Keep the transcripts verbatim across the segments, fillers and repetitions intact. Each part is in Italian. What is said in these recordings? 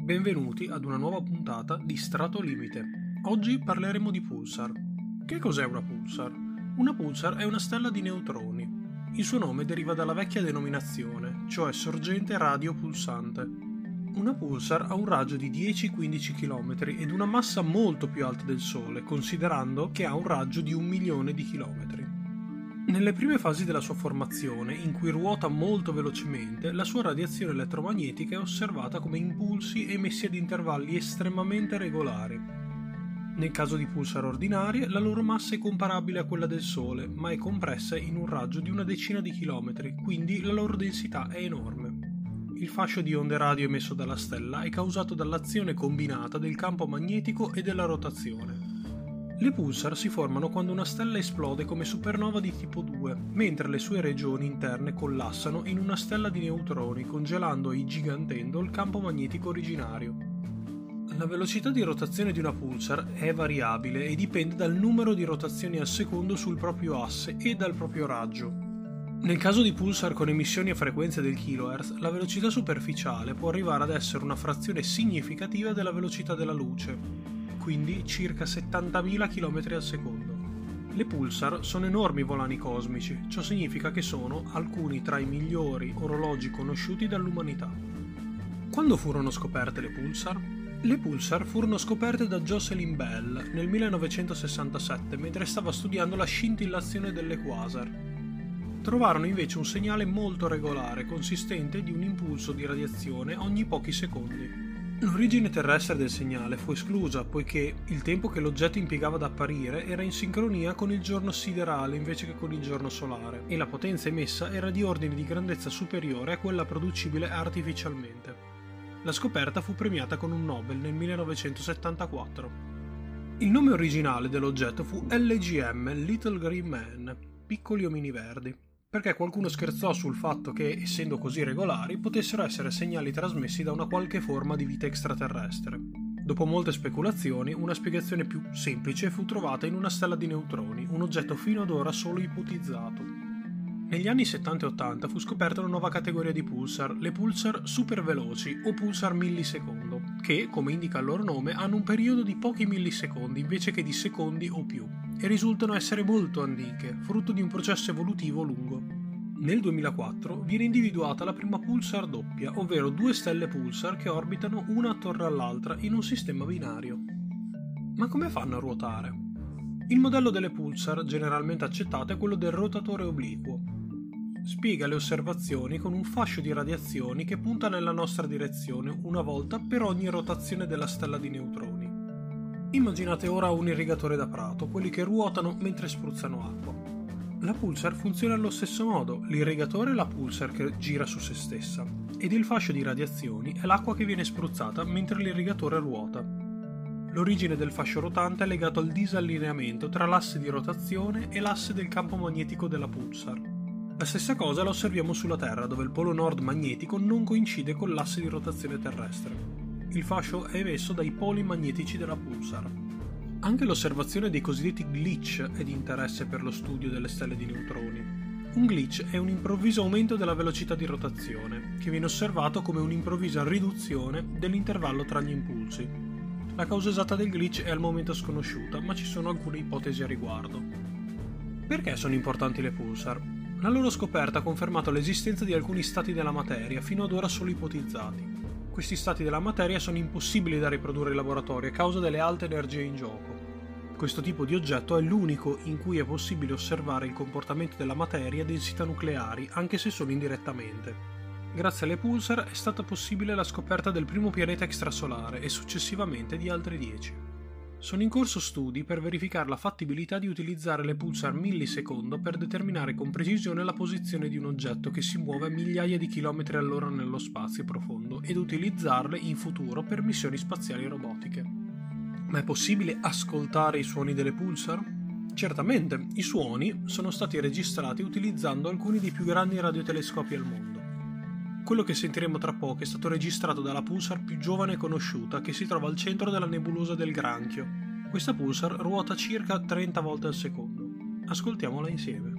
Benvenuti ad una nuova puntata di Strato Limite. Oggi parleremo di pulsar. Che cos'è una pulsar? Una pulsar è una stella di neutroni. Il suo nome deriva dalla vecchia denominazione, cioè sorgente radio pulsante. Una pulsar ha un raggio di dieci quindici chilometri ed una massa molto più alta del Sole, considerando che ha un raggio di un milione di chilometri. Nelle prime fasi della sua formazione, in cui ruota molto velocemente, la sua radiazione elettromagnetica è osservata come impulsi emessi ad intervalli estremamente regolari. Nel caso di pulsar ordinarie, la loro massa è comparabile a quella del Sole, ma è compressa in un raggio di una decina di chilometri, quindi la loro densità è enorme. Il fascio di onde radio emesso dalla stella è causato dall'azione combinata del campo magnetico e della rotazione. Le pulsar si formano quando una stella esplode come supernova di tipo due, mentre le sue regioni interne collassano in una stella di neutroni, congelando e gigantendo il campo magnetico originario. La velocità di rotazione di una pulsar è variabile e dipende dal numero di rotazioni al secondo sul proprio asse e dal proprio raggio. Nel caso di pulsar con emissioni a frequenze del kilohertz, la velocità superficiale può arrivare ad essere una frazione significativa della velocità della luce, quindi circa settantamila chilometri al secondo. Le pulsar sono enormi volani cosmici, ciò significa che sono alcuni tra i migliori orologi conosciuti dall'umanità. Quando furono scoperte le pulsar? Le pulsar furono scoperte da Jocelyn Bell nel millenovecentosessantasette mentre stava studiando la scintillazione delle quasar. Trovarono invece un segnale molto regolare, consistente di un impulso di radiazione ogni pochi secondi. L'origine terrestre del segnale fu esclusa poiché il tempo che l'oggetto impiegava ad apparire era in sincronia con il giorno siderale invece che con il giorno solare e la potenza emessa era di ordine di grandezza superiore a quella producibile artificialmente. La scoperta fu premiata con un Nobel nel millenovecentosettantaquattro. Il nome originale dell'oggetto fu L G M, Little Green Man, piccoli omini verdi, perché qualcuno scherzò sul fatto che, essendo così regolari, potessero essere segnali trasmessi da una qualche forma di vita extraterrestre. Dopo molte speculazioni, una spiegazione più semplice fu trovata in una stella di neutroni, un oggetto fino ad ora solo ipotizzato. Negli anni settanta e ottanta fu scoperta una nuova categoria di pulsar, le pulsar superveloci o pulsar millisecondo, che, come indica il loro nome, hanno un periodo di pochi millisecondi invece che di secondi o più, e risultano essere molto antiche, frutto di un processo evolutivo lungo. Nel duemilaquattro viene individuata la prima pulsar doppia, ovvero due stelle pulsar che orbitano una attorno all'altra in un sistema binario. Ma come fanno a ruotare? Il modello delle pulsar generalmente accettato è quello del rotatore obliquo. Spiega le osservazioni con un fascio di radiazioni che punta nella nostra direzione una volta per ogni rotazione della stella di neutroni. Immaginate ora un irrigatore da prato, quelli che ruotano mentre spruzzano acqua. La pulsar funziona allo stesso modo, l'irrigatore è la pulsar che gira su se stessa, ed il fascio di radiazioni è l'acqua che viene spruzzata mentre l'irrigatore ruota. L'origine del fascio rotante è legato al disallineamento tra l'asse di rotazione e l'asse del campo magnetico della pulsar. La stessa cosa la osserviamo sulla Terra, dove il polo nord magnetico non coincide con l'asse di rotazione terrestre. Il fascio è emesso dai poli magnetici della pulsar. Anche l'osservazione dei cosiddetti glitch è di interesse per lo studio delle stelle di neutroni. Un glitch è un improvviso aumento della velocità di rotazione, che viene osservato come un'improvvisa riduzione dell'intervallo tra gli impulsi. La causa esatta del glitch è al momento sconosciuta, ma ci sono alcune ipotesi a riguardo. Perché sono importanti le pulsar? La loro scoperta ha confermato l'esistenza di alcuni stati della materia, fino ad ora solo ipotizzati. Questi stati della materia sono impossibili da riprodurre in laboratorio a causa delle alte energie in gioco. Questo tipo di oggetto è l'unico in cui è possibile osservare il comportamento della materia a densità nucleari, anche se solo indirettamente. Grazie alle pulsar è stata possibile la scoperta del primo pianeta extrasolare e successivamente di altri dieci. Sono in corso studi per verificare la fattibilità di utilizzare le pulsar millisecondo per determinare con precisione la posizione di un oggetto che si muove a migliaia di chilometri all'ora nello spazio profondo ed utilizzarle in futuro per missioni spaziali robotiche. Ma è possibile ascoltare i suoni delle pulsar? Certamente, i suoni sono stati registrati utilizzando alcuni dei più grandi radiotelescopi al mondo. Quello che sentiremo tra poco è stato registrato dalla pulsar più giovane conosciuta che si trova al centro della nebulosa del Granchio. Questa pulsar ruota circa trenta volte al secondo. Ascoltiamola insieme.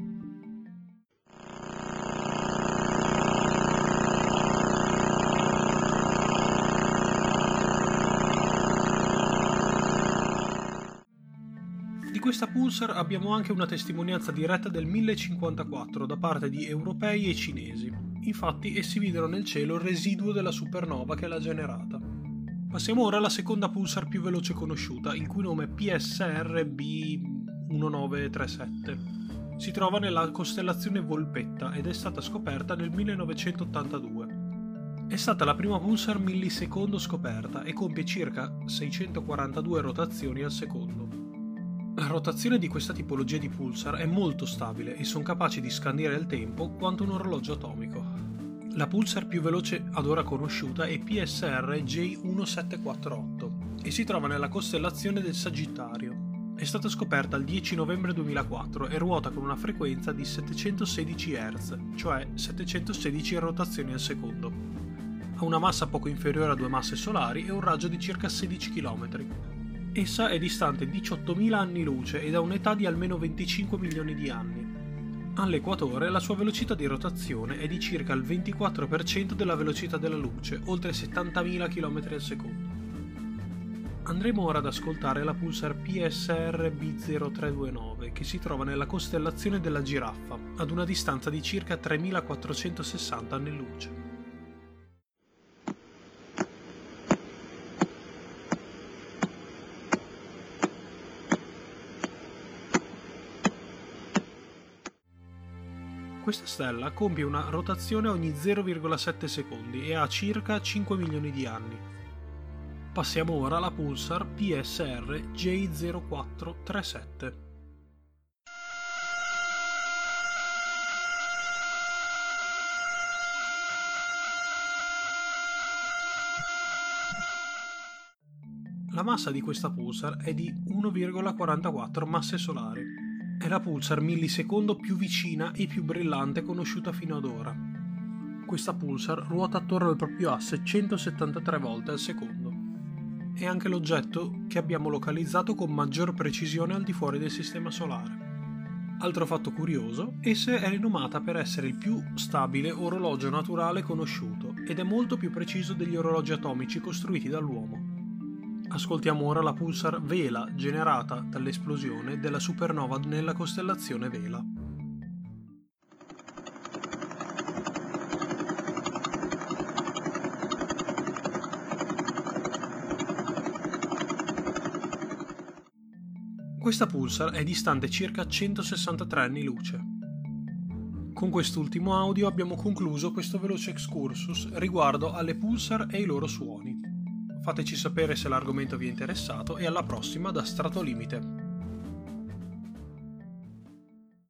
questa pulsar abbiamo anche una testimonianza diretta del millecinquantaquattro da parte di europei e cinesi. Infatti essi videro nel cielo il residuo della supernova che l'ha generata. Passiamo ora alla seconda pulsar più veloce conosciuta, il cui nome è P S R B millenovecentotrentasette. Si trova nella costellazione Volpetta ed è stata scoperta nel millenovecentottantadue. È stata la prima pulsar millisecondo scoperta e compie circa seicentoquarantadue rotazioni al secondo. La rotazione di questa tipologia di pulsar è molto stabile e sono capaci di scandire il tempo quanto un orologio atomico. La pulsar più veloce ad ora conosciuta è P S R J millesettecentoquarantotto e si trova nella costellazione del Sagittario. È stata scoperta il dieci novembre duemilaquattro e ruota con una frequenza di settecentosedici hertz, cioè settecentosedici rotazioni al secondo. Ha una massa poco inferiore a due masse solari e un raggio di circa sedici chilometri. Essa è distante diciottomila anni luce ed ha un'età di almeno venticinque milioni di anni. All'equatore la sua velocità di rotazione è di circa il ventiquattro per cento della velocità della luce, oltre settantamila chilometri al secondo. Andremo ora ad ascoltare la pulsar P S R B zero tre due nove che si trova nella costellazione della Giraffa, ad una distanza di circa tremilaquattrocentosessanta anni luce. Questa stella compie una rotazione ogni zero virgola sette secondi e ha circa cinque milioni di anni. Passiamo ora alla pulsar P S R J zero quattro tre sette. La massa di questa pulsar è di uno virgola quarantaquattro masse solari. È la pulsar millisecondo più vicina e più brillante conosciuta fino ad ora. Questa pulsar ruota attorno al proprio asse centosettantatré volte al secondo. È anche l'oggetto che abbiamo localizzato con maggior precisione al di fuori del Sistema Solare. Altro fatto curioso, essa è rinomata per essere il più stabile orologio naturale conosciuto ed è molto più preciso degli orologi atomici costruiti dall'uomo. Ascoltiamo ora la pulsar Vela generata dall'esplosione della supernova nella costellazione Vela. Questa pulsar è distante circa centosessantatré anni luce. Con quest'ultimo audio abbiamo concluso questo veloce excursus riguardo alle pulsar e i loro suoni. Fateci sapere se l'argomento vi è interessato e alla prossima da Strato Limite.